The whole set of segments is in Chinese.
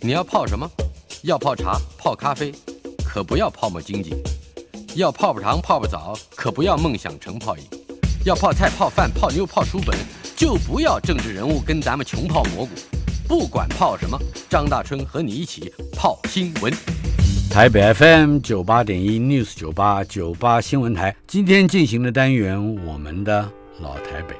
你要泡什么？要泡茶、泡咖啡，可不要泡沫经济；要泡泡糖、泡泡澡，可不要梦想成泡影；要泡菜、泡饭、泡妞、泡书本，就不要政治人物跟咱们穷泡蘑菇。不管泡什么，张大春和你一起泡新闻。台北 FM 98.1 News 98新闻台，今天进行的单元，我们的老台北。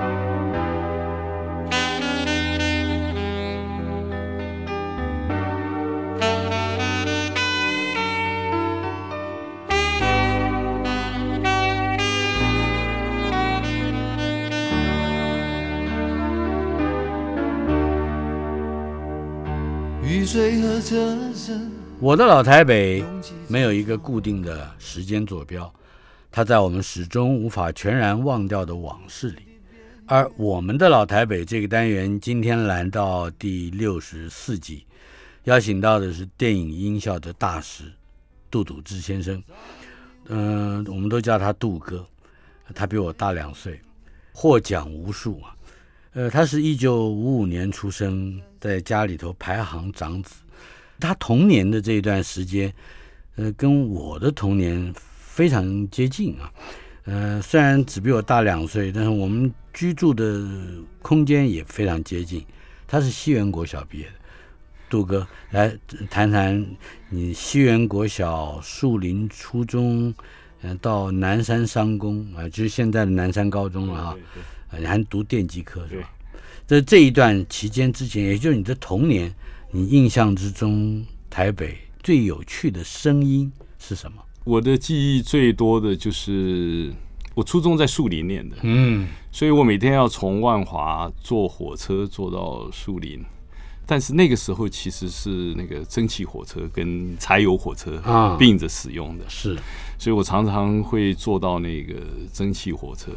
我的老台北没有一个固定的时间坐标，它在我们始终无法全然忘掉的往事里。而我们的老台北这个单元今天来到第64集，邀请到的是电影音效的大师杜笃之先生。我们都叫他杜哥，他比我大2岁，获奖无数啊。他是1955年出生，在家里头排行长子。他童年的这一段时间，跟我的童年非常接近啊。虽然只比我大2岁，但是我们居住的空间也非常接近。他是西园国小毕业的，杜哥来谈谈你西园国小、树林初中，到南山商工啊，就是现在的南山高中了啊。你还读电机科是吧？这一段期间之前，也就是你的童年，你印象之中台北最有趣的声音是什么？ 我的记忆最多的就是我初中在树林念的，所以我每天要从万华坐火车坐到树林，但是那个时候其实是那个蒸汽火车跟柴油火车并着使用的， 是， 所以我常常会坐到那个蒸汽火车。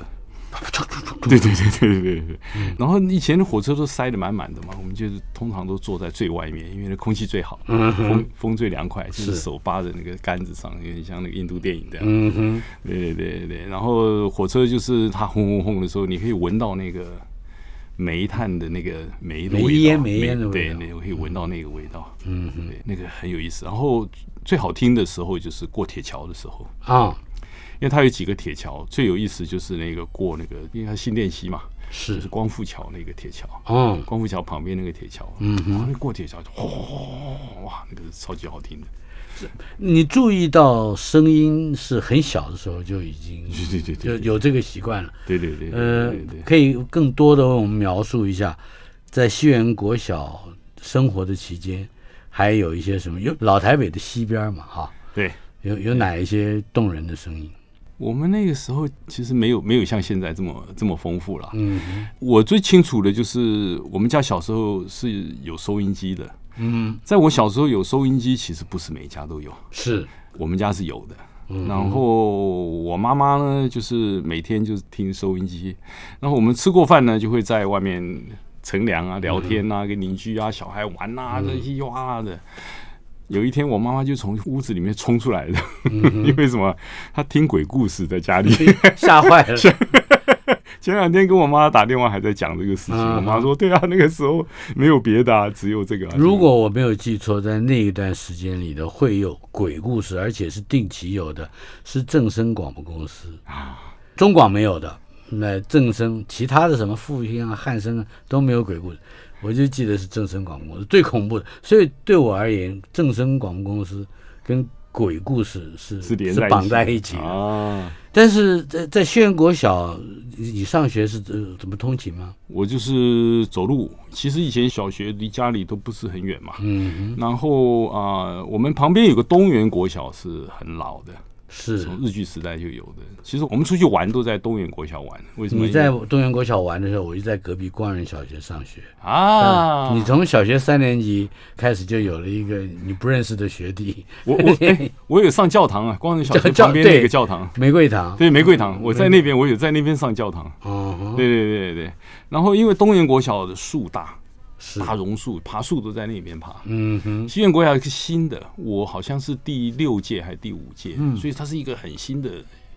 对，然后以前的火车都塞得满满的嘛，我们就是通常都坐在最外面，因为那空气最好，风最凉快，就是手扒着那个杆子上，有点像那个印度电影这样。对，然后火车就是它轰轰轰的时候，你可以闻到那个煤炭的那个煤的味道， 煤烟的味道， 对，我可以闻到那个味道，对，那个很有意思。然后最好听的时候就是过铁桥的时候啊。因为它有几个铁桥，最有意思就是那个过那个，因为它新店溪嘛，就是光复桥那个铁桥，光复桥旁边那个铁桥，然后过铁桥就哇，那个是超级好听的。 你注意到声音是很小的时候就已经对有这个习惯了， 对， 可以更多的为我们描述一下，在西园国小生活的期间，还有一些什么？有老台北的西边嘛，哈， 对， 有哪一些动人的声音？ 我们那个时候其实没有像现在这么丰富了。我最清楚的就是我们家小时候是有收音机的。在我小时候有收音机，其实不是每家都有，是我们家是有的。然后我妈妈呢，就是每天就是听收音机，然后我们吃过饭呢，就会在外面乘凉啊、聊天啊、跟邻居啊、小孩玩啊，这稀哇的。有一天，我妈妈就从屋子里面冲出来的，因为什么？她听鬼故事在家里， 吓坏了。 前2天跟我妈打电话还在讲这个事情，我妈说：“对啊，那个时候没有别的，只有这个。” 如果我没有记错，在那一段时间里的会有鬼故事，而且是定期有的，是正声广播公司啊，中广没有的。那正声，其他的什么复兴啊、汉声啊都没有鬼故事。我就记得是正声广播公司最恐怖的，所以对我而言，正声广播公司跟鬼故事是绑在一起的啊。但是在西园国小，你上学是怎么通勤吗？ 我就是走路。其实以前小学离家里都不是很远嘛。然后我们旁边有个东园国小是很老的。是从日据时代就有的。其实我们出去玩都在东园国小玩。为什么？ 你在东园国小玩的时候，我就在隔壁光仁小学上学啊。你从小学3年级开始就有了一个你不认识的学弟。 我有上教堂啊，光仁小学旁边那个教堂， 玫瑰堂。 对，玫瑰堂，我在那边，我有在那边上教堂。对。然后因为东园国小的树大。大榕树，爬树都在那边爬。西园国小是新的，我好像是第6届还是第5届，所以它是一个很新的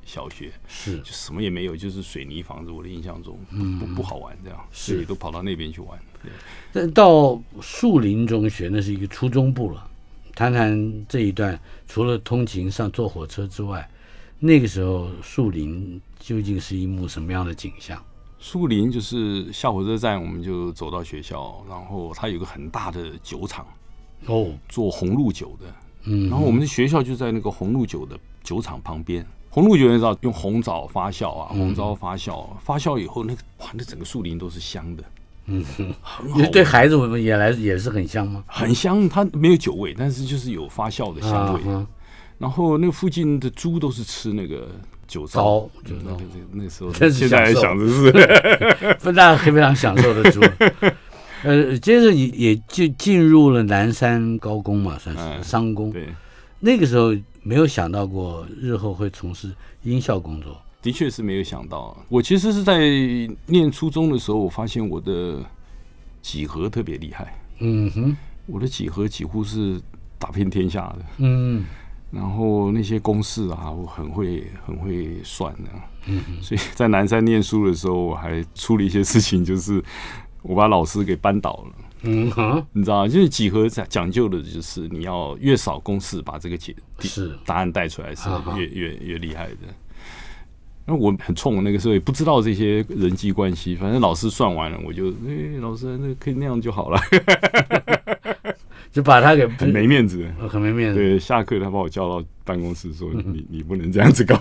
小学， 是就什么也没有，就是水泥房子。我的印象中不好玩，这样，所以都跑到那边去玩。 但到树林中学那是一个初中部了，谈谈这一段，除了通勤上坐火车之外，那个时候树林究竟是一幕什么样的景象？ 树林就是下火车站，我们就走到学校，然后它有个很大的酒厂，做红露酒的。然后我们的学校就在那个红露酒的酒厂旁边。红露酒你知道用红枣发酵啊，红糟发酵以后，那整个树林都是香的。很好。 对孩子们也是很香吗？ 很香，它没有酒味，但是就是有发酵的香味。然后那附近的猪都是吃那个酒糟，那时候现在来想的是非常享受的猪。接着也就进入了南山高工嘛，算是商工。 对， 那个时候没有想到过日后会从事音效工作。 的确是没有想到。我其实是在念初中的时候，我发现我的几何特别厉害。我的几何几乎是打遍天下的。然后那些公式啊，我很会算的。所以在南山念书的时候，我还出了一些事情，就是我把老师给扳倒了。你知道，就是几何讲究的就是你要越少公式把这个答案带出来是越厉害的。那我很冲，那个时候也不知道这些人际关系，反正老师算完了，我就老师那可以那样就好了。 就把他给很没面子， 很没面子。 对，下课他把我叫到办公室说：“你不能这样子搞。”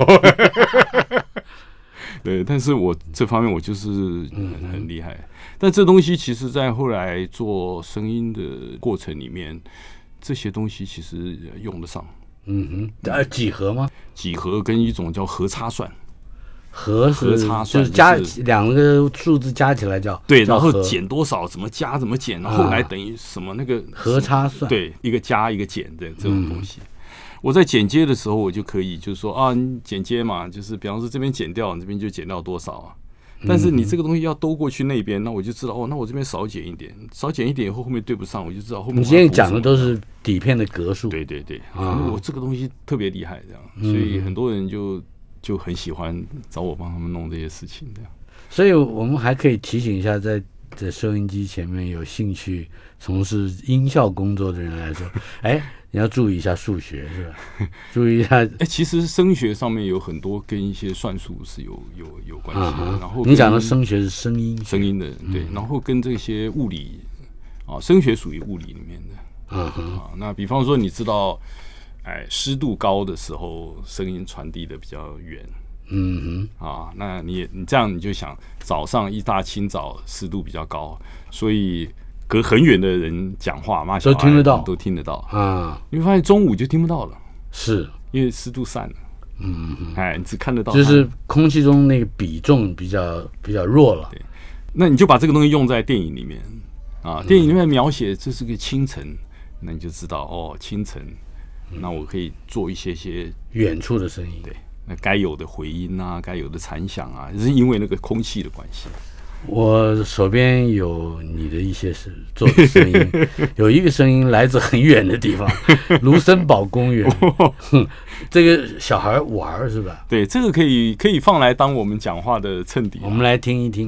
对，但是我这方面我就是很厉害。但这东西其实在后来做声音的过程里面，这些东西其实用得上。 几何吗？ 几何跟一种叫和差算。 和差算就是加两个数字加起来叫对，然后减多少怎么加怎么减，然后来等于什么那个和差算， 对，一个加一个减的这种东西。我在剪接的时候，我就可以就是说啊，你剪接嘛，就是比方说这边剪掉，你这边就减掉多少啊。但是你这个东西要兜过去那边，那我就知道那我这边少减一点以后后面对不上，我就知道后面。 你今天讲的都是底片的格数， 对，我这个东西特别厉害，这样，所以很多人就很喜欢找我帮他们弄这些事情，这样。所以我们还可以提醒一下，在收音机前面有兴趣从事音效工作的人来说，你要注意一下数学，是吧？注意一下。 其实声学上面有很多跟一些算术是有关系的。然后你讲的声学是声音的，对。然后跟这些物理声学属于物理里面的。那比方说，你知道。湿度高的时候，声音传递的比较远。那你这样你就想，早上一大清早湿度比较高，所以隔很远的人讲话骂小孩都听得到啊。你会发现中午就听不到了， 是因为湿度散了。你只看得到， 就是空气中那个比重比较弱了。 对，那你就把这个东西用在电影里面电影里面描写这是个清晨，那你就知道清晨。那我可以做一些远处的声音， 对，那该有的回音啊，该有的残响啊，是因为那个空气的关系。 我手边有你的一些做的声音，有一个声音来自很远的地方，卢森堡公园，这个小孩玩是吧？ 对，这个可以放来当我们讲话的衬底。 我们来听一听。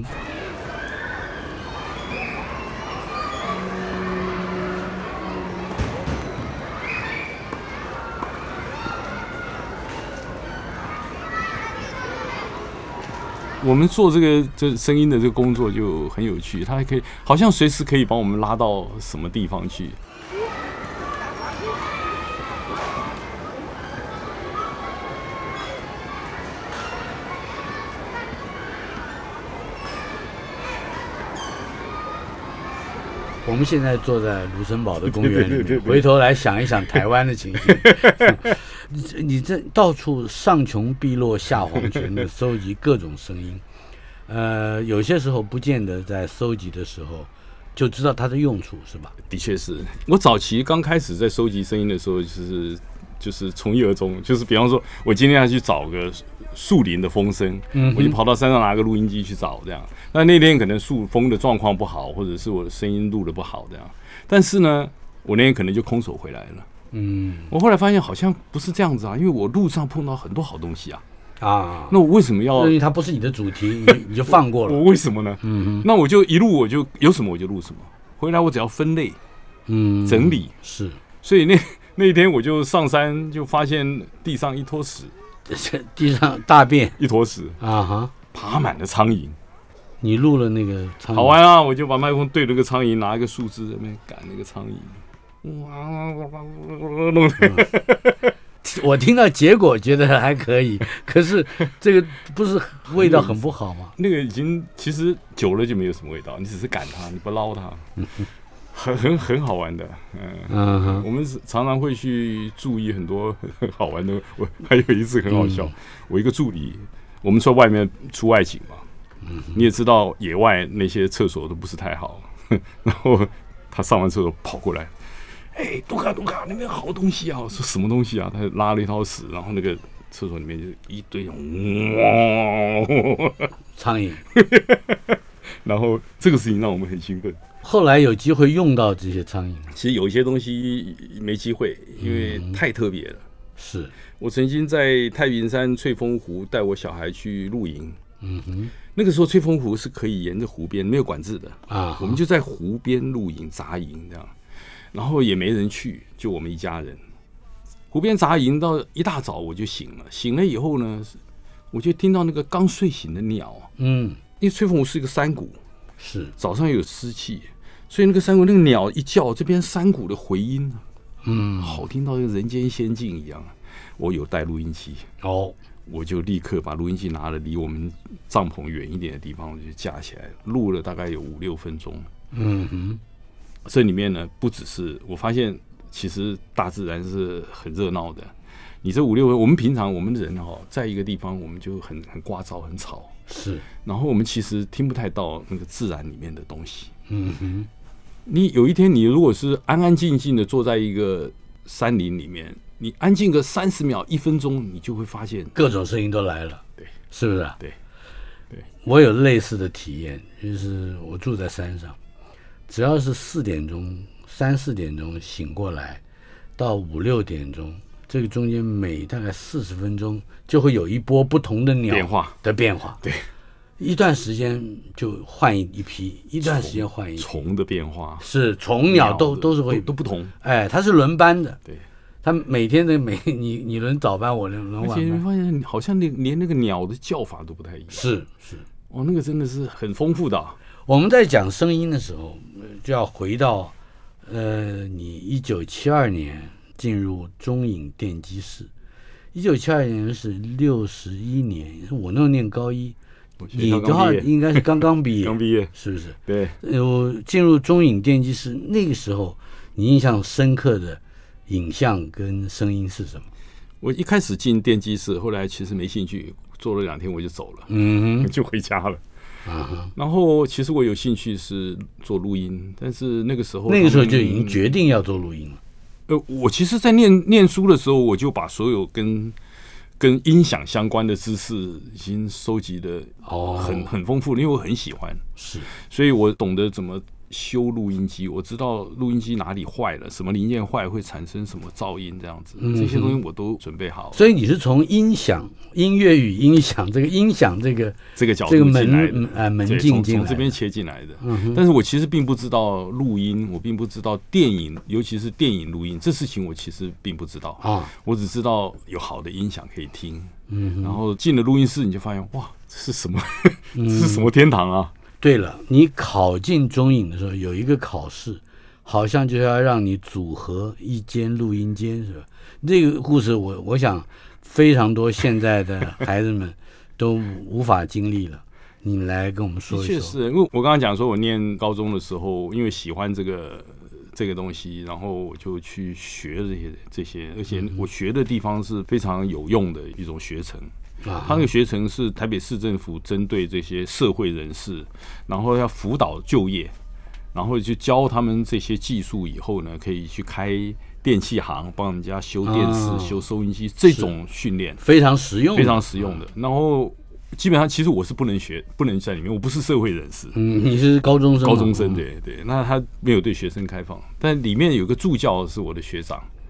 我们做这声音的这个工作就很有趣，它还可以好像随时可以把我们拉到什么地方去。 我们现在坐在卢森堡的公园里面，回头来想一想台湾的情形。你这到处上穷碧落下黄泉的收集各种声音，有些时候不见得在收集的时候就知道它的用处，是吧？ 的确是。我早期刚开始在收集声音的时候，就是从一而终，就是比方说我今天要去找个树林的风声，我就跑到山上拿个录音机去找这样。那天可能树风的状况不好，或者是我的声音录的不好这样。但是呢，我那天可能就空手回来了。我后来发现好像不是这样子啊，因为我路上碰到很多好东西啊。 啊。那我为什么要？ 因为它不是你的主题，你就放过了。 我为什么呢？那我就一路我就有什么我就录什么。回来我只要分类，整理是。 所以那一天我就上山，就发现地上一坨屎， 地上大便一坨屎啊哈， 爬满了苍蝇。 你录了那个苍蝇， 好玩啊！我就把麦克风对着那个苍蝇，拿一个树枝在那边赶那个苍蝇。 我听到结果觉得还可以，可是这个不是味道很不好吗？ 那个已经其实久了就没有什么味道，你只是赶它，你不捞它，很好玩的。我们常常会去注意很多很好玩的。我还有一次很好笑，我一个助理，我们在外面出外景嘛。你也知道野外那些厕所都不是太好，然后他上完厕所跑过来，杜卡那边好东西啊！我说什么东西啊？他拉了一坨屎，然后那个厕所里面就一堆苍蝇， 然后这个事情让我们很兴奋。 后来有机会用到这些苍蝇， 其实有一些东西没机会，因为太特别了。 是我曾经在太平山翠峰湖带我小孩去露营。那个时候翠峰湖是可以沿着湖边没有管制的啊，我们就在湖边露营扎营这样，然后也没人去，就我们一家人。湖边扎营到一大早我就醒了以后呢，我就听到那个刚睡醒的鸟，因为翠峰湖是一个山谷， 是早上有湿气，所以那个山谷那个鸟一叫，这边山谷的回音好听到人间仙境一样。我有带录音机我就立刻把录音机拿了，离我们帐篷远一点的地方，我就架起来，录了大概有5-6分钟。这里面呢，不只是我发现，其实大自然是很热闹的。你这5-6分钟，我们平常我们人在一个地方，我们就很聒噪、很吵， 是。 然后我们其实听不太到那个自然里面的东西。你有一天，你如果是安安静静的坐在一个山林里面。你安静个30秒、1分钟，你就会发现各种声音都来了， 对， 是不是啊？ 对， 我有类似的体验，就是我住在山上，只要是3-4点钟醒过来，到5-6点钟，这个中间每大概40分钟就会有一波不同的鸟的变化， 对， 一段时间就换一批，一段时间换一批虫的变化， 是虫鸟都是会都不同， 它是轮班的， 对。 他每天你轮早班，我轮晚班， 而且你发现好像连那个鸟的叫法都不太一样。 是， 那个真的是很丰富的。 我们在讲声音的时候，就要回到你1972年进入中影电机室。1972年是61年，我那时候念高一，你的话应该是刚刚毕业， 刚毕业是不是？ 对。 进入中影电机室那个时候，你印象深刻的影像跟声音是什么？ 我一开始进电机室，后来其实没兴趣，做了2天我就走了，就回家了。然后其实我有兴趣是做录音，但是那个时候就已经决定要做录音了。 我其实在念书的时候，我就把所有跟音响相关的知识已经收集的很丰富了，因为我很喜欢， 是， 所以我懂得怎么修录音机，我知道录音机哪里坏了，什么零件坏会产生什么噪音，这样子，这些东西我都准备好。 所以你是从音乐与音响这个音响这个角度进来的，门径进来， 从这边切进来的。但是我其实并不知道录音，我并不知道电影，尤其是电影录音这事情，我其实并不知道我只知道有好的音响可以听。然后进了录音室，你就发现哇，这是什么？这是什么天堂啊！ 对了，你考进中影的时候有一个考试，好像就要让你组合一间录音间，是吧？这个故事我想非常多现在的孩子们都无法经历了，你来跟我们说一说。 确实，因为我刚刚讲说，我念高中的时候，因为喜欢这个东西，然后我就去学这些，而且我学的地方是非常有用的一种学程。他那个学程是台北市政府针对这些社会人士，然后要辅导就业，然后就教他们这些技术以后呢，可以去开电器行，帮人家修电视、修收音机，这种训练非常实用， 非常实用的。然后基本上其实我是不能在里面，我不是社会人士。 你是高中生， 对，那他没有对学生开放，但里面有个助教是我的学长。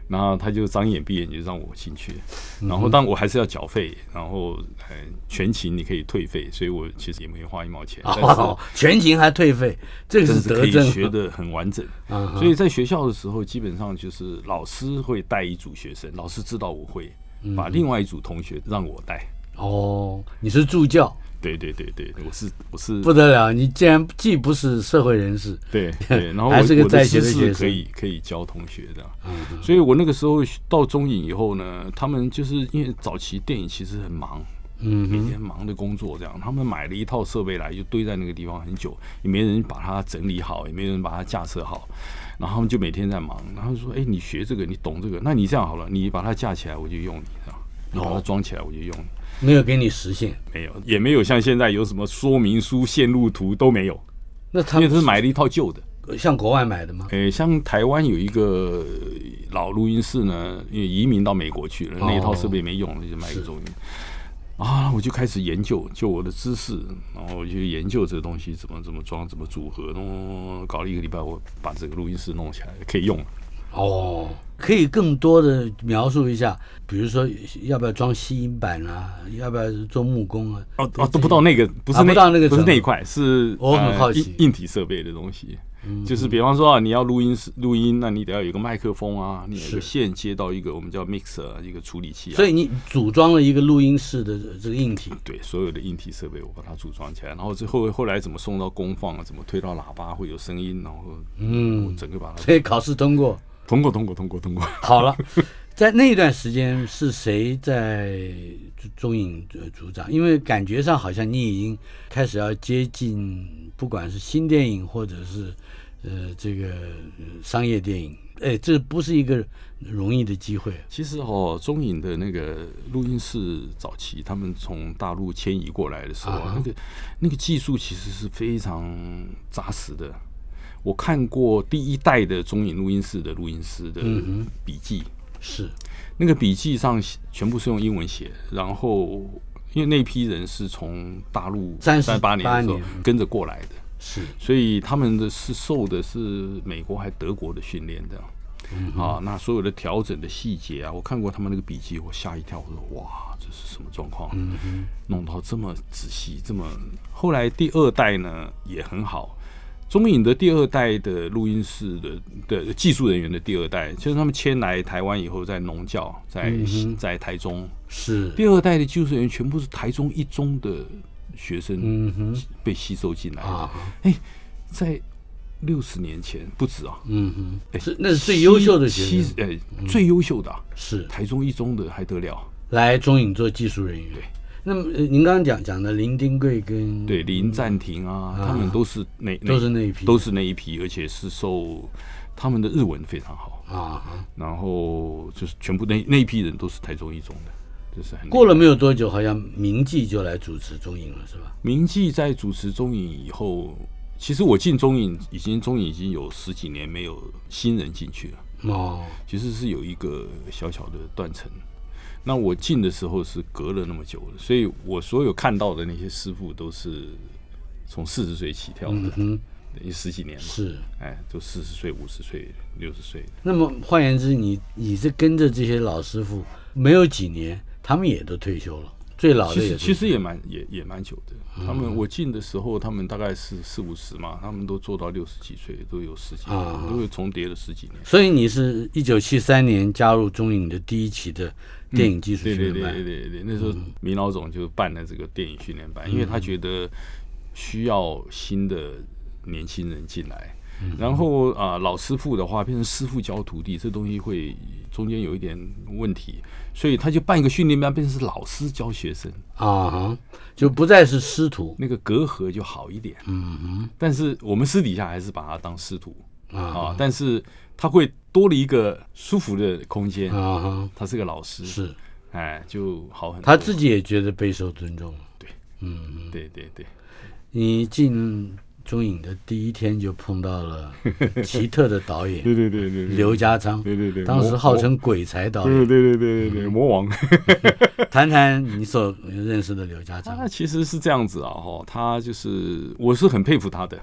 然后他就张眼闭眼就让我进去，然后但我还是要缴费，然后全勤你可以退费，所以我其实也没花1毛钱。 全勤还退费，这个是德政， 可以学得很完整。所以在学校的时候，基本上就是老师会带一组学生，老师知道我会，把另外一组同学让我带。 你是助教。 对，我是不得了！你竟然既不是社会人士， 对，然后还是个在学的学生， 可以教同学这样。所以我那个时候到中影以后呢，他们就是因为早期电影其实很忙，每天忙的工作这样，他们买了一套设备来就堆在那个地方很久，也没人把它整理好，也没人把它架设好，然后他们就每天在忙，然后说：“你学这个，你懂这个，那你这样好了，你把它架起来，我就用你这样；你把它装起来，我就用你。” 没有给你实现， 没有，也没有像现在有什么说明书、线路图都没有。 那他们是买了一套旧的， 像国外买的吗？ 像台湾有一个老录音室呢，因为移民到美国去了，那一套设备没用了，就买个中音。我就开始研究，就我的知识，然后我就研究这个东西怎么装、怎么组合，搞了1个礼拜，我把这个录音室弄起来，可以用了。 可以更多的描述一下，比如说要不要装吸音板啊，要不要做木工啊？ 都不到那个，不是那一块，是我很好奇硬体设备的东西。就是比方说你要录音，那你得要有一个麦克风啊，你有一个线接到一个我们叫 mixer 一个处理器。 所以你组装了一个录音室的这个硬体。 对，所有的硬体设备我把它组装起来，然后后来怎么送到功放，怎么推到喇叭会有声音，然后我整个把它。 所以考试通过。 通过。 好了，在那段时间是谁在中影组长？因为感觉上好像你已经开始要接近，不管是新电影或者是这个商业电影，这不是一个容易的机会。 其实中影的那个录音室早期，他们从大陆迁移过来的时候，那个技术其实是非常扎实的。我看过第1代的中影录音室的录音师的笔记， 是那个笔记上全部是用英文写，然后因为那批人是从大陆38年的时候跟着过来的， 是，所以他们的是受的是美国还德国的训练的。那所有的调整的细节啊，我看过他们那个笔记，我吓一跳，我说哇，这是什么状况？弄到这么仔细，这么。后来第2代呢也很好。中影的第2代的录音室的技术人员的第2代，就是他们迁来台湾以后，在农教，在台中， 是第2代的技术人员全部是台中一中的学生被吸收进来的。在60年前不止啊， 那是最优秀的学生， 最优秀的是台中一中的还得了， 来中影做技术人员。 对。 那么您刚刚讲的林丁贵跟林暂停他们都是那一批，而且是受他们的日文非常好然后就是全部那一批人都是台中一中的，就是很。 过了没有多久，好像明记就来主持中影了，是吧？ 明记在主持中影以后，其实我进中影已经有10几年没有新人进去了其实是有一个小小的断层。那我进的时候是隔了那么久了，所以我所有看到的那些师傅都是从40岁起跳的，等于10几年嘛， 是， 都40岁、50岁、60岁。 那么换言之，你是跟着这些老师傅，没有几年，他们也都退休了，最老的其实也蛮久的。他们我进的时候，他们大概是40、50嘛，他们都做到60几岁，都有10几年，都有重叠了10几年。 所以你是1973年加入中影的第1期的电影技术训练班。 对，那时候米老总就办了这个电影训练班，因为他觉得需要新的年轻人进来。然后老师傅的话变成师傅教徒弟，这东西会中间有一点问题，所以他就办一个训练班，变成是老师教学生就不再是师徒， 那个隔阂就好一点。但是我们私底下还是把他当师徒但是他会多了一个舒服的空间他是个老师， 是就好很多。 他自己也觉得备受尊重。 对，对。 你进中影的第1天就碰到了奇特的导演， 对， 刘家昌， 对， 当时号称鬼才导演， 对，魔王。 谈谈你所认识的刘家昌。 他其实是这样子他就是我是很佩服他的，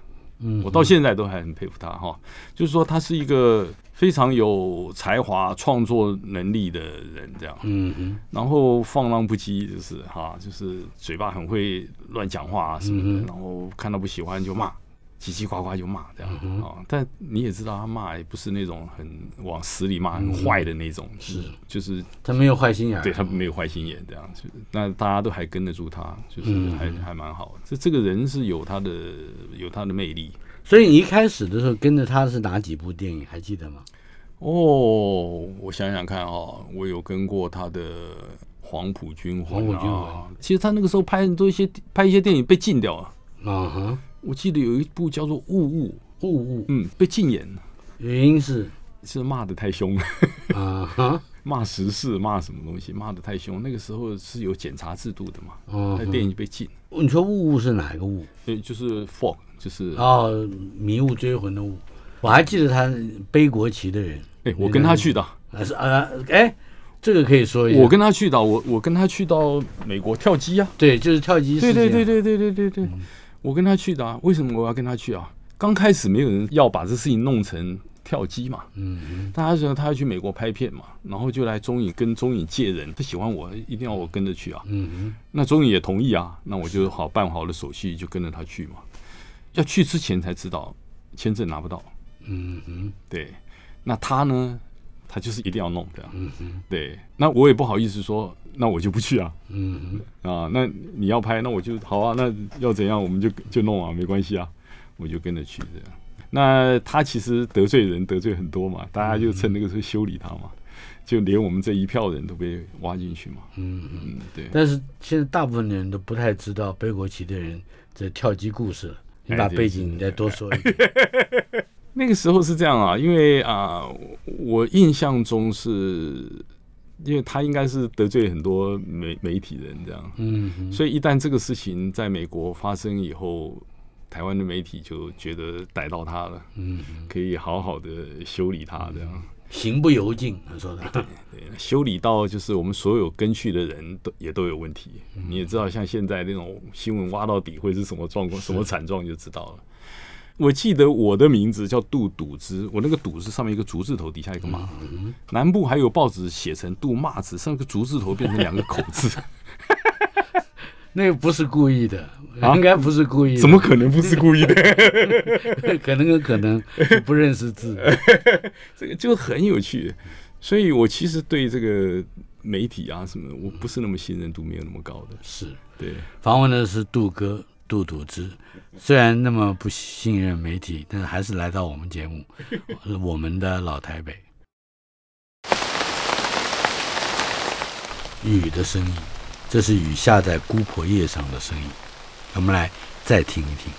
我到现在都还很佩服他哈。就是说他是一个非常有才华、创作能力的人，这样。然后放浪不羁，就是嘴巴很会乱讲话啊什么的，然后看到不喜欢就骂。叽叽呱呱就骂这样但你也知道他骂也不是那种很往死里骂、很坏的那种，就是他没有坏心眼， 对他没有坏心眼这样，那大家都还跟得住他，就是还蛮好。这个人是有他的魅力。 所以你一开始的时候跟着他是哪几部电影还记得吗？ 我想想看我有跟过他的黄埔军魂其实他那个时候拍一些电影被禁掉了我记得有一部叫做《雾雾》，被禁演， 原因是骂得太凶了骂时事，骂什么东西，骂得太凶。那个时候是有检查制度的嘛，那电影被禁。 你说雾雾是哪一个雾？ 就是 fog， 就是迷雾追魂的雾。我还记得他背国旗的人， 我跟他去的， 这个可以说一下。 我跟他去的，我跟他去到美国跳机啊， 对，就是跳机事件。 对。我跟他去的为什么我要跟他去啊？刚开始没有人要把这事情弄成跳机嘛，大家说他要去美国拍片嘛，然后就来中影跟中影借人，他喜欢我，一定要我跟着去啊，那中影也同意啊，那我就办好了手续就跟着他去嘛。要去之前才知道签证拿不到，对，那他呢？他就是一定要弄这样，对，那我也不好意思说，那我就不去啊，那你要拍，那我就好啊，那要怎样我们就弄啊，没关系啊，我就跟着去这样。那他其实得罪人得罪很多嘛，大家就趁那个时候修理他嘛，就连我们这一票人都被挖进去嘛，对。 但是现在大部分人都不太知道背国旗的人这跳机故事了，你把背景你再多说一点。 那个时候是这样啊，因为我印象中是，因为他应该是得罪很多媒体人这样，所以一旦这个事情在美国发生以后，台湾的媒体就觉得逮到他了，可以好好的修理他这样， 行不由径，他说的。 对，修理到就是我们所有跟去的人也都有问题。你也知道，像现在那种新闻挖到底会是什么状况、什么惨状，就知道了。我记得我的名字叫杜笃之，我那个笃是上面一个竹字头，底下一个马。南部还有报纸写成杜骂子，上个竹字头变成2个口字。 那个不是故意的，应该不是故意的。 怎么可能不是故意的？ 可能就不认识字。 这个就很有趣。所以我其实对这个媒体啊什么的，我不是那么信任度没有那么高的。 是， 对。 访问的是杜哥。杜笃之虽然那么不信任媒体，但是还是来到我们节目，我们的老台北。雨的声音，这是雨下在姑婆叶上的声音，我们来再听一听。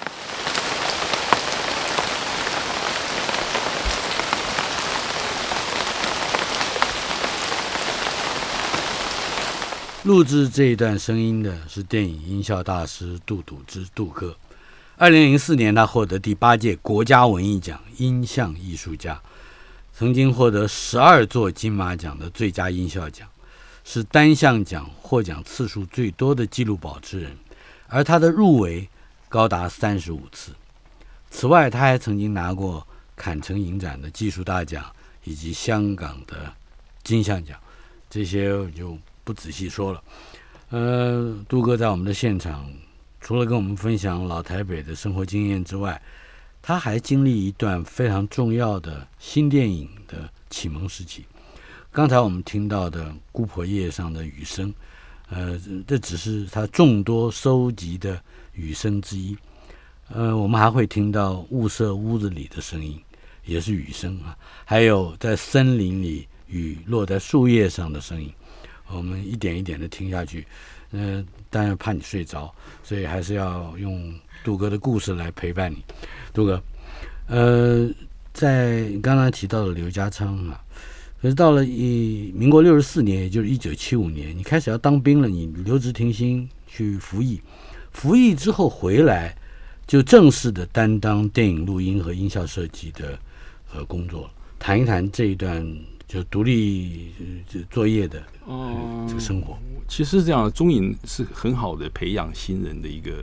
录制这一段声音的是电影音效大师杜笃之杜哥。2004年，他获得第8届国家文艺奖音像艺术家，曾经获得12座金马奖的最佳音效奖，是单项奖获奖次数最多的纪录保持人，而他的入围高达35次。此外，他还曾经拿过坎城影展的技术大奖以及香港的金像奖，这些我就不仔细说了。杜哥在我们的现场，除了跟我们分享老台北的生活经验之外，他还经历一段非常重要的新电影的启蒙时期。刚才我们听到的姑婆叶上的雨声，这只是他众多收集的雨声之一。我们还会听到雾社屋子里的声音，也是雨声啊，还有在森林里雨落在树叶上的声音。我们一点一点的听下去，当然怕你睡着，所以还是要用杜哥的故事来陪伴你。杜哥，在刚刚提到的刘家昌啊，可是到了民国64年，也就是1975年，你开始要当兵了，你留职停薪去服役，服役之后回来，就正式的担当电影录音和音效设计的工作。谈一谈这一段就独立作业的这个生活。 其实这样，中影是很好的培养新人的一个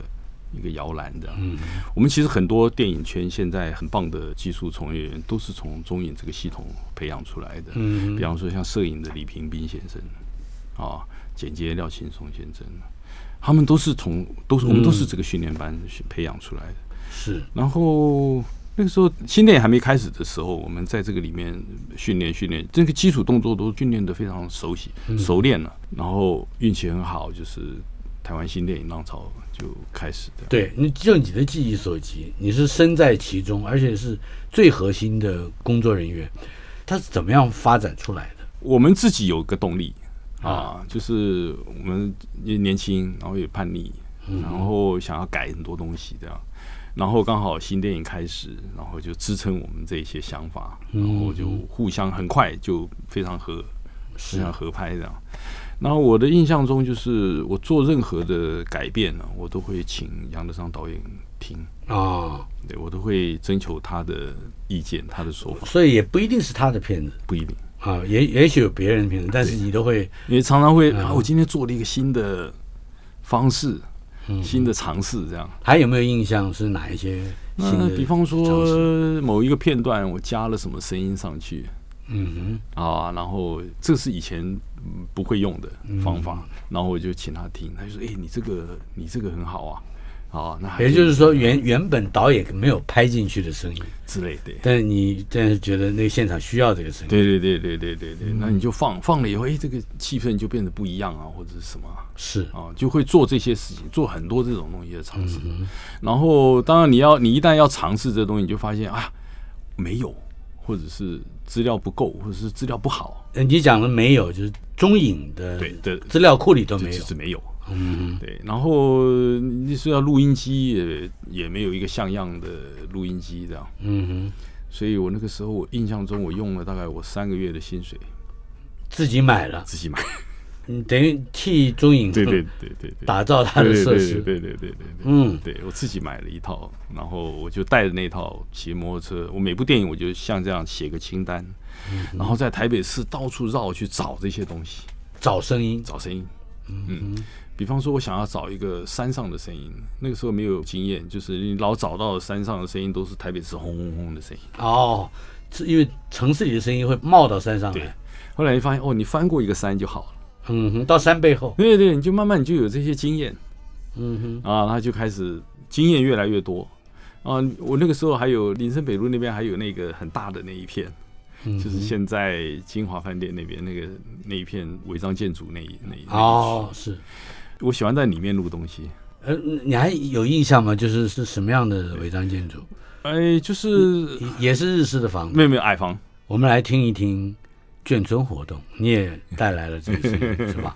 一个摇篮的。我们其实很多电影圈现在很棒的技术从业员都是从中影这个系统培养出来的。比方说像摄影的李平斌先生啊，剪接廖庆松先生，他们我们都是这个训练班培养出来的。 是， 然后那个时候新电影还没开始的时候，我们在这个里面训练，这个基础动作都训练得非常熟练了。然后运气很好，就是台湾新电影浪潮就开始的。 对，就你的记忆所及，你是身在其中，而且是最核心的工作人员，它是怎么样发展出来的？ 我们自己有个动力啊，就是我们也年轻，然后也叛逆，然后想要改很多东西这样。然后刚好新电影开始，然后就支撑我们这些想法，然后就互相很快就非常合拍这样。然后我的印象中，就是我做任何的改变呢，我都会请杨德昌导演听啊，对我都会征求他的意见，他的说法。 所以也不一定是他的片子， 不一定啊，也许有别人的片子，但是你都会， 你常常会我今天做了一个新的方式。新的尝试，这样还有没有印象是哪一些新的？ 比方说某一个片段，我加了什么声音上去，然后这是以前不会用的方法，然后我就请他听，他就说：“你这个很好啊。”那也就是说原本导演没有拍进去的声音之类的， 但是觉得那个现场需要这个声音， 对，那你就放了以后，这个气氛就变得不一样啊，或者是什么， 是就会做这些事情，做很多这种东西的尝试。然后当然你一旦要尝试这东西，你就发现没有，或者是资料不够，或者是资料不好。 你讲的没有，就是中影的资料库里都没有， 就是没有。对，然后你说要录音机也没有一个像样的录音机这样，所以我那个时候我印象中我用了大概我3个月的薪水， 自己买，你等于替中影对打造他的设施， 对，对我自己买了一套，然后我就带着那套骑摩托车，我每部电影我就像这样写个清单，然后在台北市到处绕去找这些东西， 找声音， 比方说，我想要找一个山上的声音，那个时候没有经验，就是你老找到的山上的声音都是台北市轰轰轰的声音。 是因为城市里的声音会冒到山上来。 对，后来你发现，你翻过一个山就好了。 到山背后。 对，你就慢慢你就有这些经验。他就开始经验越来越多。我那个时候还有林森北路那边还有那个很大的那一片。就是现在金华饭店那边那一片违章建筑那一是， 我喜欢在里面录东西。 你还有印象吗？就是什么样的违章建筑？ 就是也是日式的房子， 没有矮房。 我们来听一听眷村活动，你也带来了这个声音是吧？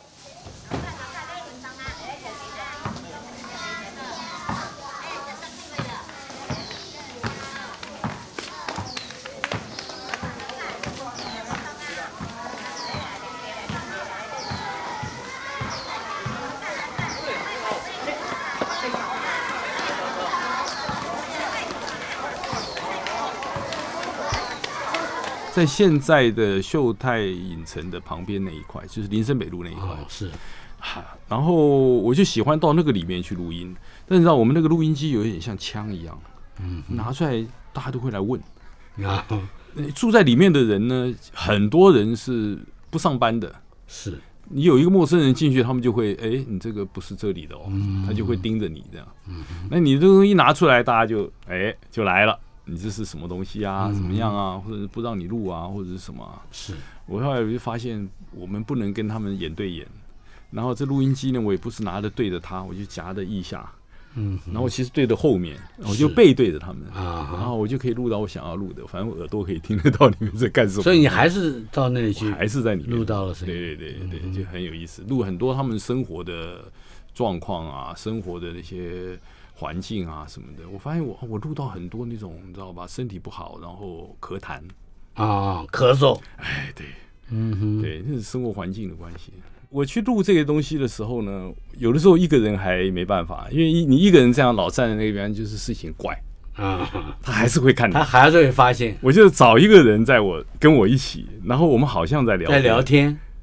在现在的秀泰影城的旁边那一块，就是林森北路那一块， 是。 然后我就喜欢到那个里面去录音，但你知道我们那个录音机有点像枪一样，拿出来大家都会来问。住在里面的人呢，很多人是不上班的， 是。 你有一个陌生人进去，他们就会，你这个不是这里的哦，他就会盯着你这样。那你这个东西拿出来，大家就来了。你这是什么东西啊？怎么样啊？或者不让你录啊，或者是什么是我后来就发现，我们不能跟他们眼对眼。然后这录音机呢，我也不是拿着对着他，我就夹着腋下。然后其实对着后面，我就背对着他们然后我就可以录到我想要录的，反正我耳朵可以听得到你们在干什么。 所以你还是到那里去， 还是在里面录到了声音。 对，就很有意思，录很多他们生活的状况啊，生活的那些环境啊什么的。我发现我录到很多那种你知道吧，身体不好然后咳痰咳嗽。 对，对，那是生活环境的关系。我去录这个东西的时候呢，有的时候一个人还没办法，因为你一个人这样老站在那边，就是事情怪他还是会看你， 他还是会发现。 我就找一个人跟我一起，然后我们好像在聊天，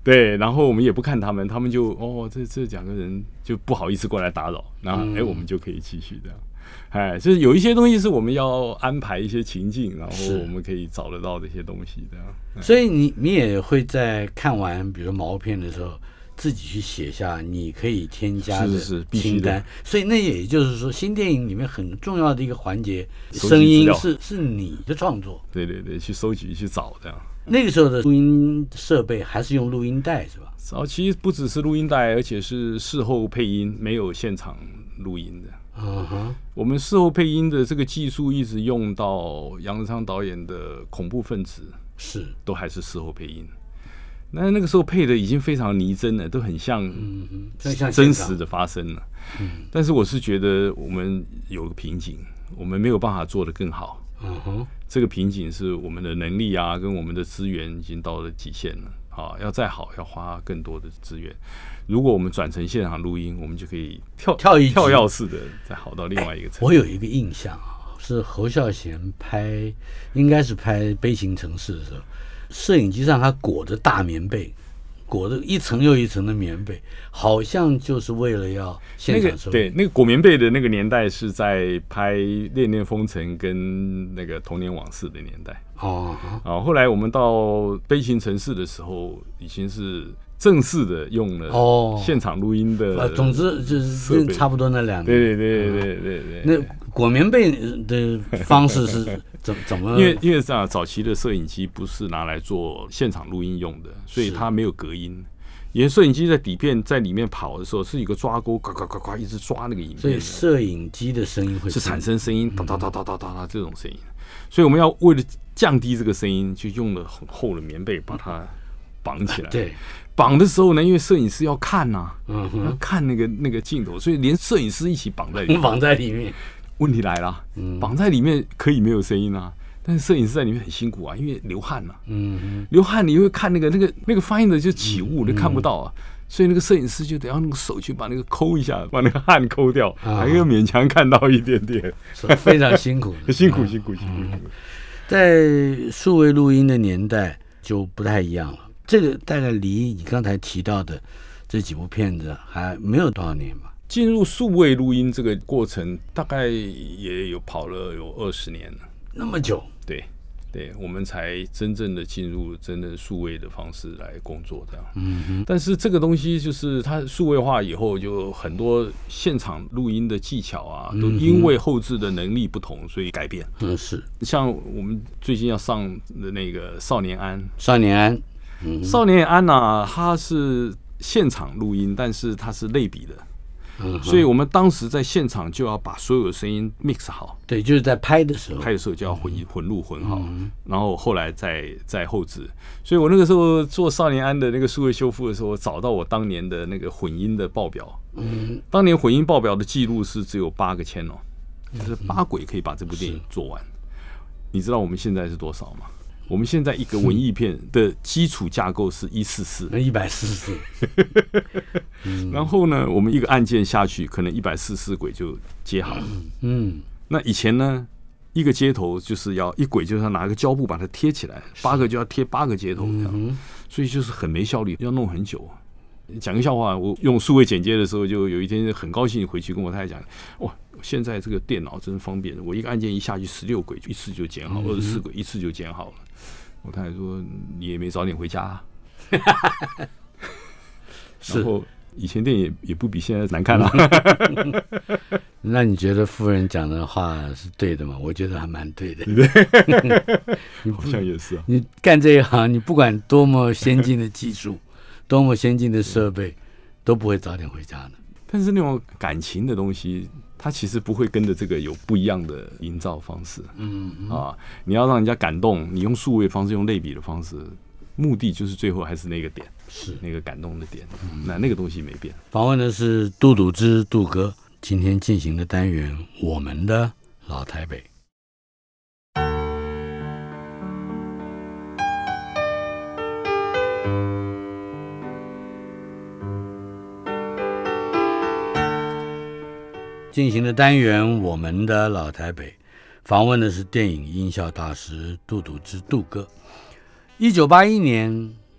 对，然后我们也不看他们，他们就这两个人就不好意思过来打扰，然后我们就可以继续这样。就是有一些东西是我们要安排一些情境，然后我们可以找得到这些东西这样。 所以你也会在看完比如说毛片的时候，自己去写下你可以添加的清单。所以那也就是说，新电影里面很重要的一个环节，声音是你的创作。 对对对，去收集去找这样。 那个时候的录音设备还是用录音带是吧？ 早期不只是录音带，而且是事后配音，没有现场录音的。我们事后配音的这个技术一直用到杨德昌导演的《恐怖分子》，都还是事后配音。那个时候配的已经非常拟真了，都很像真实的发生了。但是我是觉得我们有个瓶颈，我们没有办法做得更好。这个瓶颈是我们的能力啊，跟我们的资源已经到了极限了。要再好，要花更多的资源。如果我们转成现场录音，我们就可以跳跃式的再好到另外一个层。 我有一个印象是侯孝贤应该是拍《悲情城市》的时候，摄影机上他裹着大棉被，裹着一层又一层的棉被，好像就是为了要现场收。 对，那个裹棉被的那个年代是在拍《恋恋风尘》跟那个《童年往事》的年代。后来我们到《悲情城市》的时候，已经是正式的用了现场录音的。 总之就是差不多那两年。 对。 那裹棉被的方式是怎么？ 因为这样，早期的摄影机不是拿来做现场录音用的，所以它没有隔音。因为摄影机在里面跑的时候，是一个抓钩，呱呱呱呱一直抓那个影片， 所以摄影机的声音是产生声音，哒哒哒哒哒哒这种声音。所以我们要为了降低这个声音，就用了很厚的棉被把它绑起来。 对， 绑的时候呢，因为摄影师要看要看那个镜头，所以连摄影师一起绑在里面。问题来了，绑在里面可以没有声音啊，但是摄影师在里面很辛苦啊，因为流汗啊。流汗你会看那个发音的就起雾，你看不到啊。所以那个摄影师就得要那个手去把那个抠一下，把那个汗抠掉，还要勉强看到一点点， 非常辛苦辛苦。 在数位录音的年代就不太一样了，这个大概离你刚才提到的这几部片子还没有多少年吧？ 进入数位录音这个过程大概也有跑了有20年了， 那么久？ 对，我们才真正的进入真的数位的方式来工作这样。但是这个东西就是它数位化以后，就很多现场录音的技巧啊，都因为后制的能力不同，所以改变。 是像我们最近要上的那个少年安， 少年安啊，它是现场录音，但是它是类比的。所以我们当时在现场就要把所有的声音 mix 好。 对，就是在拍的时候就要混录混好，然后后来再后制。所以我那个时候做少年安的那个数位修复的时候，我找到我当年的那个混音的报表。当年混音报表的记录是只有8个channel，就是8轨可以把这部电影做完。你知道我们现在是多少吗？我们现在一个文艺片的基础架构是 144， 然后呢，我们一个按键下去，可能144轨就接好了。那以前呢，一个接头就是要一轨，就是要拿个胶布把它贴起来，8个就要贴8个接头这样，所以就是很没效率，要弄很久。讲个笑话，我用数位剪接的时候，就有一天很高兴回去跟我太太讲，哇，现在这个电脑真方便，我一个按键一下去16轨，一次就剪好，24轨一次就剪好了。我太太说：“你也没早点回家啊。”然后以前电影也不比现在难看了。 那你觉得夫人讲的话是对的吗？我觉得还蛮对的。 好像也是啊。 你干这一行，你不管多么先进的技术，多么先进的设备，都不会早点回家的。 但是那种感情的东西，它其实不会跟着这个有不一样的营造方式。你要让人家感动，你用数位方式，用类比的方式，目的就是最后还是那个点，是那个感动的点。那个东西没变。 访问的是杜笃之杜哥，今天进行的单元，我们的老台北。进行的单元，我们的老台北，访问的是电影音效大师杜笃之杜哥。1981年，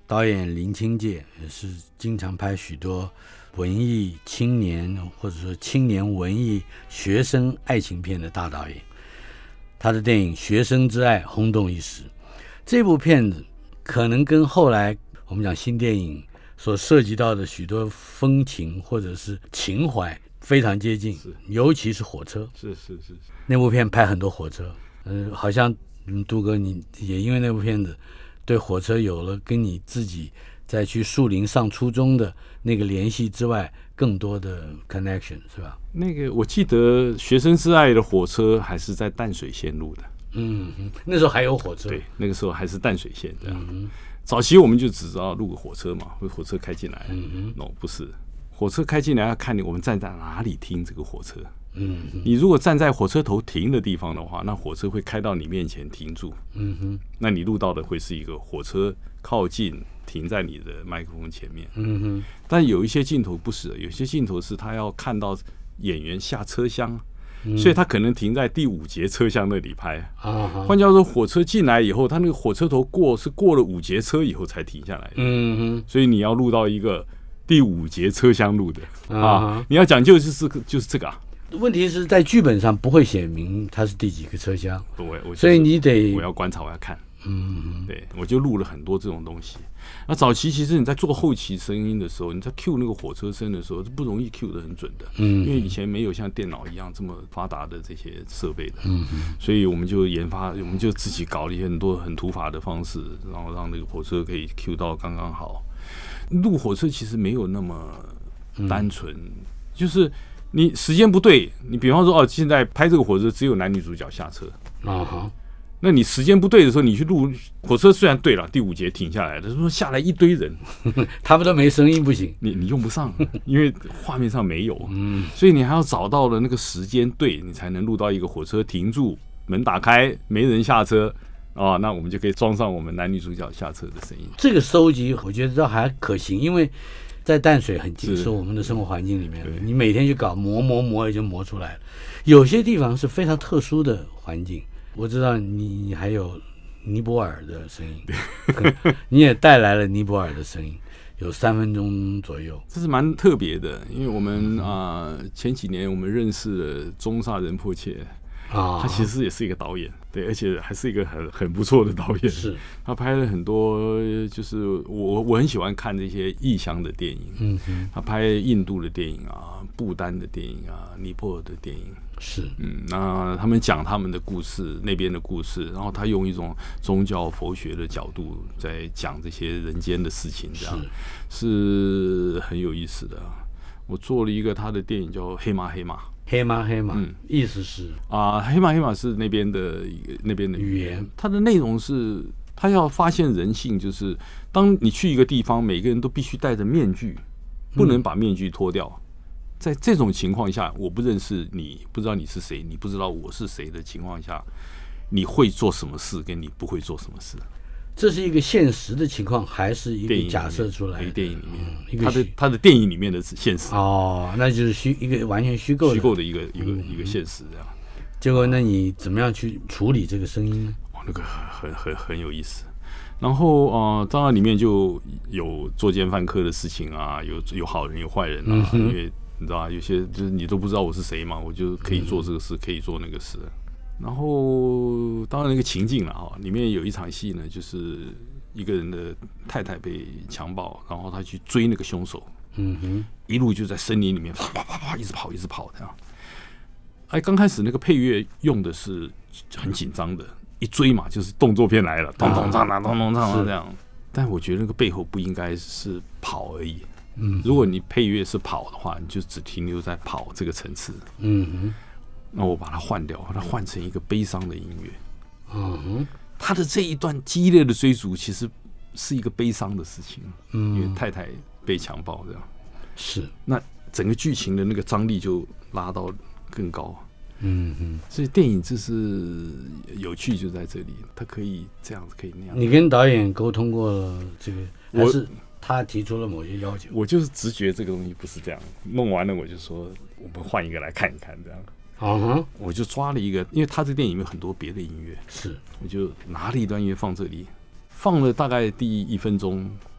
导演林清介也是经常拍许多文艺青年或者说青年文艺学生爱情片的大导演。他的电影《学生之爱》轰动一时，这部片子可能跟后来我们讲新电影所涉及到的许多风情或者是情怀非常接近，尤其是火车。 是那部片拍很多火车，好像杜哥你也因为那部片子对火车有了跟你自己在去树林上初中的那个联系之外更多的 connection 是吧？ 那个我记得《学生之爱》的火车还是在淡水线路的。 那时候还有火车。 对，那个时候还是淡水线这样。早期我们就只知道路个火车嘛，火车开进来。No， 不是，火车开进来要看我们站在哪里听这个火车。你如果站在火车头停的地方的话，那火车会开到你面前停住。那你录到的会是一个火车靠近停在你的麦克风前面。但有一些镜头不是，有些镜头是他要看到演员下车厢，所以他可能停在第5节车厢那里拍。换句话说，火车进来以后，他那个火车头过了5节车以后才停下来的。所以你要录到一个第5节车厢录的你要讲究就是这个啊。 问题是在剧本上不会写明它是第几个车厢， 所以你得我要观察，我要看。对，我就录了很多这种东西。那早期其实你在做后期声音的时候，你在 cue 那个火车声的时候是不容易 cue 得很准的。因为以前没有像电脑一样这么发达的这些设备的。所以我们就自己搞了一些很多很土法的方式，然后让那个火车可以 cue 到刚刚好。录火车其实没有那么单纯，就是你时间不对，你比方说现在拍这个火车只有男女主角下车。那你时间不对的时候，你去录火车，虽然对了，第5节停下来的，说下来一堆人， 他们都没声音不行， 你用不上，因为画面上没有，所以你还要找到了那个时间对，你才能录到一个火车停住，门打开，没人下车那我们就可以装上我们男女主角下车的声音。 这个收集我觉得倒还可行，因为在淡水很紧是我们的生活环境里面，你每天去搞磨也就磨出来了。有些地方是非常特殊的环境。我知道你还有尼泊尔的声音，你也带来了尼泊尔的声音，有3分钟左右， 这是蛮特别的。因为我们前几年我们认识了中萨仁波切他其实也是一个导演，对，而且还是一个很不错的导演。 是， 他拍了很多，就是我很喜欢看这些异乡的电影。他拍印度的电影不丹的电影尼泊尔的电影。 是， 那他们讲他们的故事，那边的故事，然后他用一种宗教佛学的角度在讲这些人间的事情，这样是很有意思的。我做了一个他的电影叫《黑马》，意思是黑马是那边的语言，它的内容是他要发现人性，就是当你去一个地方，每个人都必须戴着面具，不能把面具脱掉。在这种情况下，我不认识你，不知道你是谁，你不知道我是谁的情况下，你会做什么事，跟你不会做什么事。 这是一个现实的情况，还是一个假设出来的？ 电影里面，他的电影里面的现实。 那就是一个完全虚构的一个现实这样。 结果，那你怎么样去处理这个声音呢？ 那个很有意思。然后当然里面就有作奸犯科的事情有好人有坏人因为你知道有些就是你都不知道我是谁嘛，我就可以做这个事，可以做那个事。然后当然那个情境了里面有一场戏呢，就是一个人的太太被强暴，然后他去追那个凶手，一路就在森林里面啪啪啪啪一直跑这样。刚开始那个配乐用的是很紧张的，一追嘛就是动作片来了，咚咚锵啦咚咚锵啦这样。但我觉得那个背后不应该是跑而已。如果你配乐是跑的话，你就只停留在跑这个层次。那我把它换掉，把它换成一个悲伤的音乐。他的这一段激烈的追逐其实是一个悲伤的事情，因为太太被强暴这样。 是， 那整个剧情的那个张力就拉到更高。所以电影就是有趣就在这里，它可以这样子，可以那样。 你跟导演沟通过了这个，还是他提出了某些要求？ 我就是直觉这个东西不是这样，弄完了我就说我们换一个来看一看这样。我就抓了一个，因为他这个电影里面很多别的音乐， 是， 我就拿了一段音乐放这里，放了大概第1分钟，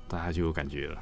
大家就有感觉了。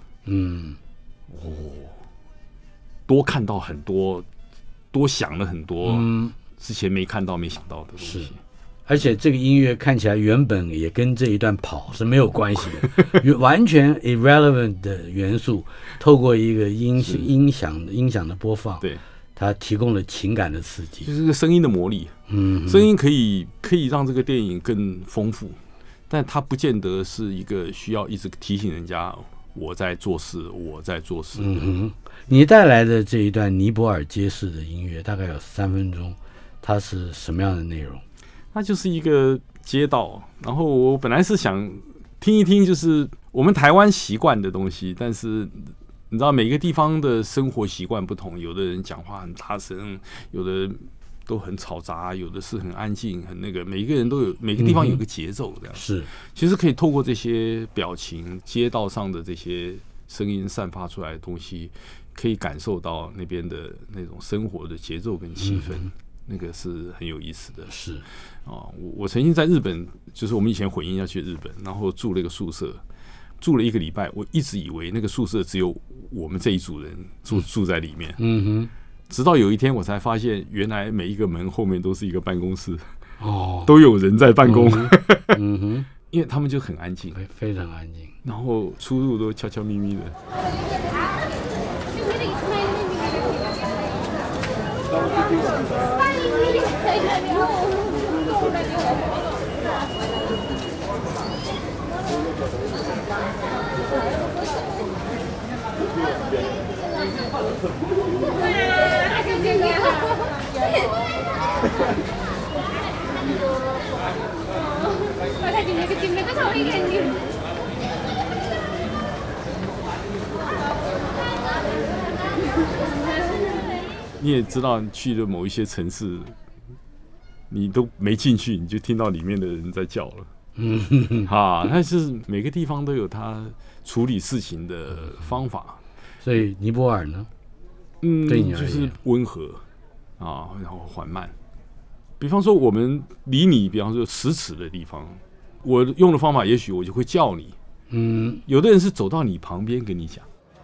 多看到很多，多想了很多，之前没看到、没想到的东西。 而且这个音乐看起来原本也跟这一段跑是没有关系的，完全 irrelevant 的元素，透过一个音响的播放， 对， 它提供了情感的刺激， 就是这个声音的魔力。声音可以让这个电影更丰富，但它不见得是一个需要一直提醒人家我在做事，我在做事。 你带来的这一段尼泊尔街市的音乐大概有3分钟，它是什么样的内容？ 它就是一个街道，然后我本来是想听一听，就是我们台湾习惯的东西，但是你知道每个地方的生活习惯不同，有的人讲话很大声，有的都很嘈杂，有的是很安静，很那个，每个人都有，每个地方有个节奏，这样是。 其实可以透过这些表情、街道上的这些声音散发出来的东西，可以感受到那边的那种生活的节奏跟气氛。那个是很有意思的。 是我曾经在日本，就是我们以前混音要去日本，然后住了一个宿舍，住了1个礼拜。我一直以为那个宿舍只有我们这一组人住在里面。直到有一天我才发现，原来每一个门后面都是一个办公室，都有人在办公。因为他们就很安静， 非常安静， 然后出入都悄悄咪咪的。你也知道，去的某一些城市，你都没进去，你就听到里面的人在叫了。但是每个地方都有他处理事情的方法。 所以尼泊尔呢， 就是温和然后缓慢。比方说，我们离你，比方说10尺的地方，我用的方法，也许我就会叫你。有的人是走到你旁边跟你讲。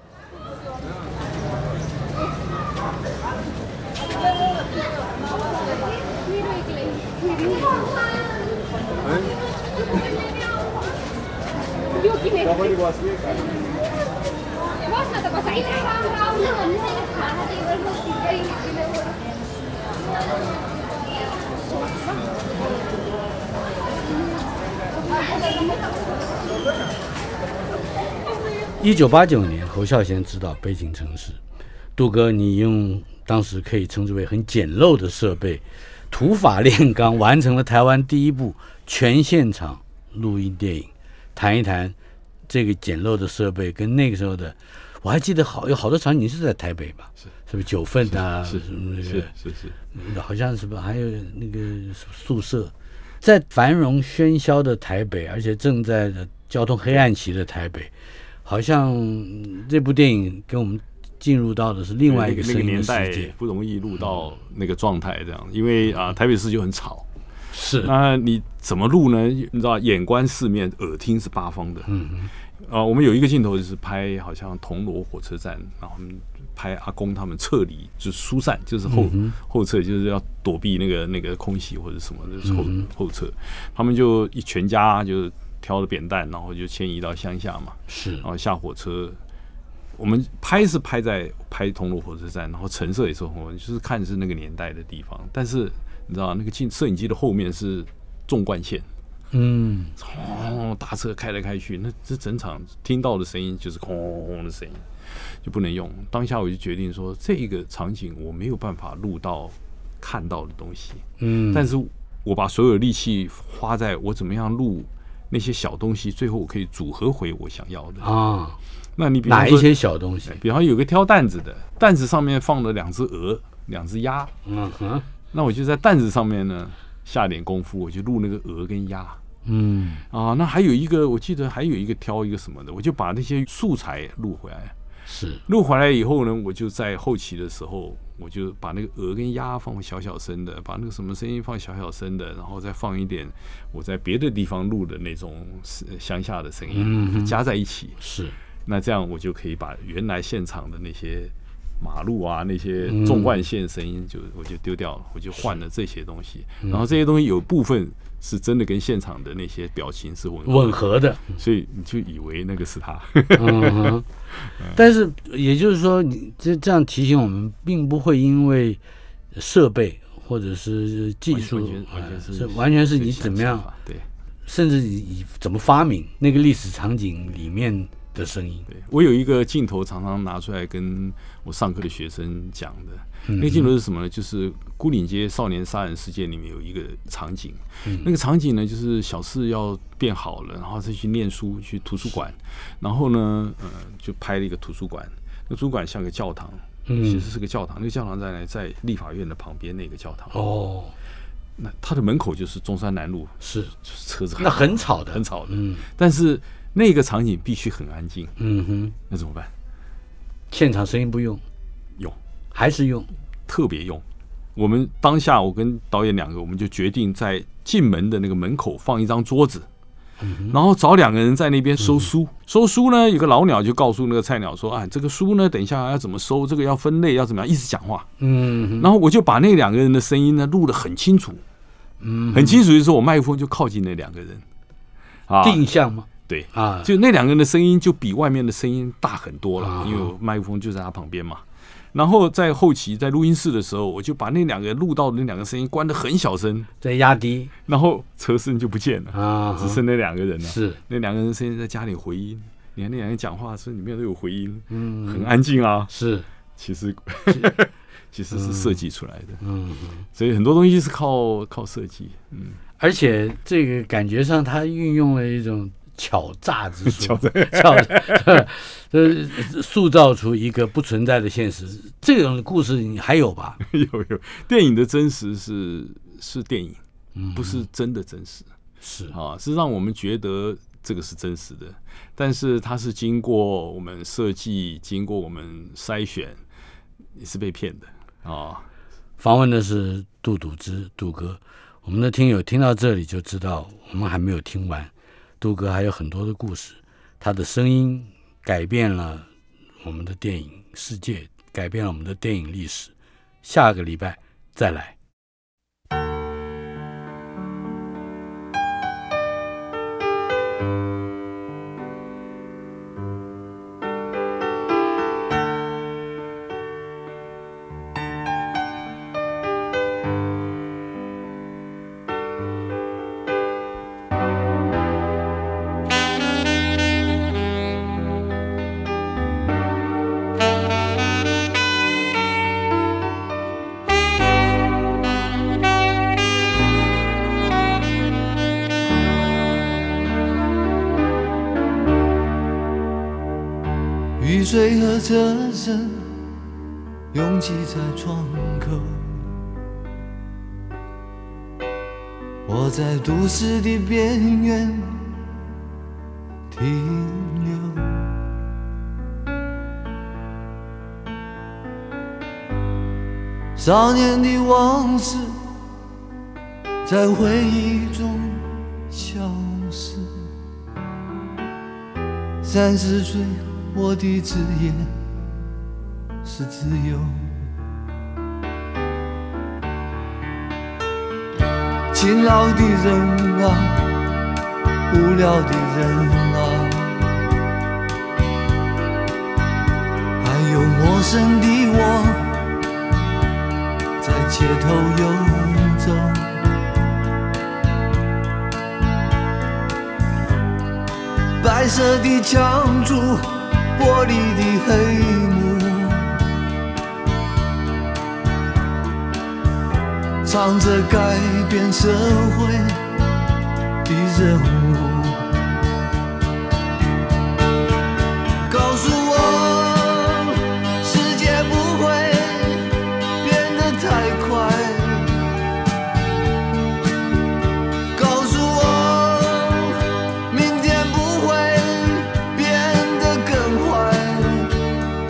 1989年，侯孝贤执导《悲情城市》，杜哥，你用当时可以称之为很简陋的设备，土法炼钢，完成了台湾第一部全现场录音电影。谈一谈这个简陋的设备跟那个时候的，我还记得有好多场景你是在台北吧？是不是9份啊？ 是， 好像是不是还有那个宿舍，在繁荣喧嚣的台北，而且正在交通黑暗期的台北，好像这部电影跟我们进入到的是另外一个声音的世界， 那个年代不容易录到那个状态，这样，因为台北市就很吵。 是， 那你怎么录呢？你知道，眼观四面，耳听是八方的。我们有一个镜头就是拍好像铜锣火车站，然后我们拍阿公他们撤离，就是疏散，就是后撤，就是要躲避那个空袭或者什么的后撤。他们就一全家就挑了扁担，然后就迁移到乡下嘛。 是， 然后下火车。我们是拍铜锣火车站，然后陈设也是红文，就是看是那个年代的地方，但是。你知道那个摄影机的后面是纵贯线，大车开来开去，那这整场听到的声音就是轰轰轰的声音，就不能用。当下我就决定说，这个场景我没有办法录到看到的东西，但是我把所有力气花在我怎么样录那些小东西，最后我可以组合回我想要的啊。那你比方说哪一些小东西？ 比方有个挑担子的，担子上面放了2只鹅，2只鸭，那我就在担子上面呢下点功夫，我就录那个鹅跟鸭。那还有一个，我记得还有一个挑一个什么的，我就把那些素材录回来。 是录回来以后呢，我就在后期的时候，我就把那个鹅跟鸭放小小声的，把那个什么声音放小小声的，然后再放一点我在别的地方录的那种乡下的声音，加在一起。 是， 那这样我就可以把原来现场的那些马路啊那些纵贯线声音我就丢掉了，我就换了这些东西，然后这些东西有部分是真的跟现场的那些表情是吻合的，所以你就以为那个是他。 但是也就是说，你这样提醒我们，并不会因为设备或者是技术，完全是你怎么样， 对， 甚至你怎么发明那个历史场景里面的声音。 对，我有一个镜头常常拿出来跟我上课的学生讲的，那个镜头是什么呢？就是牯岭街少年杀人事件里面有一个场景，那个场景呢，就是小四要变好了，然后再去念书，去图书馆，然后呢，就拍了一个图书馆，那图书馆像个教堂，其实是个教堂，那个教堂在立法院的旁边那个教堂。哦。那它的门口就是中山南路， 是就是车子那很吵的， 很吵的。但是那个场景必须很安静。那怎么办？ 现场声音不用，还是用， 特别用。我们当下我跟导演2个，我们就决定在进门的那个门口放一张桌子，然后找2个人在那边收书。收书呢，有个老鸟就告诉那个菜鸟说：“啊，这个书呢，等一下要怎么收，这个要分类，要怎么样，一直讲话。”然后我就把那2个人的声音呢录得很清楚，很清楚，就是我麦克风就靠近那2个人， 定向吗？ 对啊，就那2个人的声音就比外面的声音大很多了，因为我麦克风就在他旁边嘛。然后在后期在录音室的时候，我就把那2个录到的那2个声音关得很小声， 再压低， 然后车声就不见了只剩那2个人了。 是那2个人的声音再加点回音，你看那2个人讲话声里面都有回音，很安静啊。 是， 其实是设计出来的，所以很多东西是靠设计， 而且这个感觉上它运用了一种巧诈之术，塑造出一个不存在的现实。这种故事你还有吧？ 有。电影的真实是电影，不是真的真实。是让我们觉得这个是真实的，但是它是经过我们设计，经过我们筛选，你是被骗的访问的是杜笃之，杜哥。我们的听友听到这里就知道，我们还没有听完。杜哥还有很多的故事，他的声音改变了我们的电影世界，改变了我们的电影历史。下个礼拜再来。 雨水和车声拥挤在窗口，我在都市的边缘停留。少年的往事在回忆中消失，30岁我的职业是自由，勤劳的人啊，无聊的人啊，还有陌生的我在街头游走。白色的墙柱，玻璃的黑幕，唱着改变社会的任务。告诉我，世界不会变得太快。告诉我，明天不会变得更坏。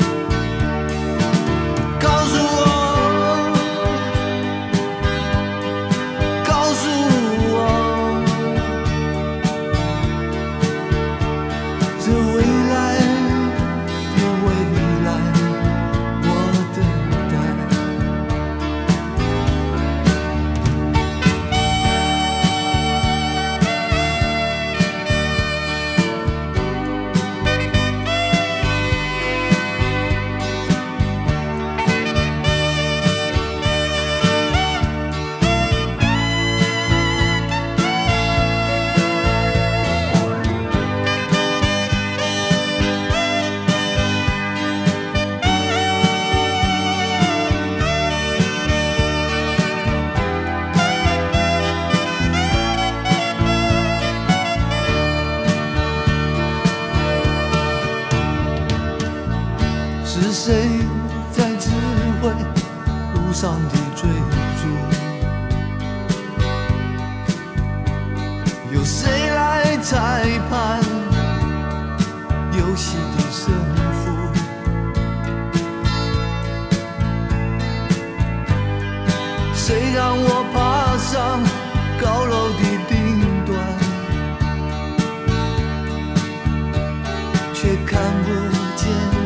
却看不见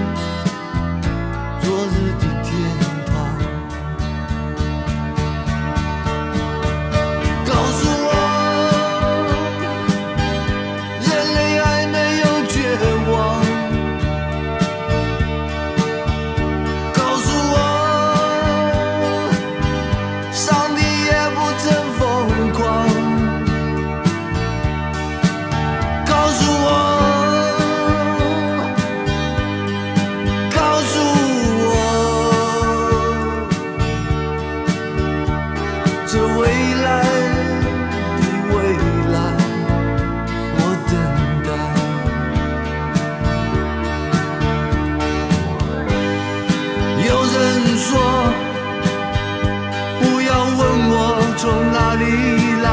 昨日的天堂。告诉我，人类还没有绝望。告诉我，上帝也不曾疯狂。告诉我，告诉我，这未来的未来，我等待。有人说，不要问我从哪里来。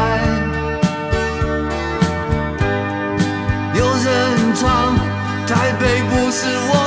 有人唱，台北不是我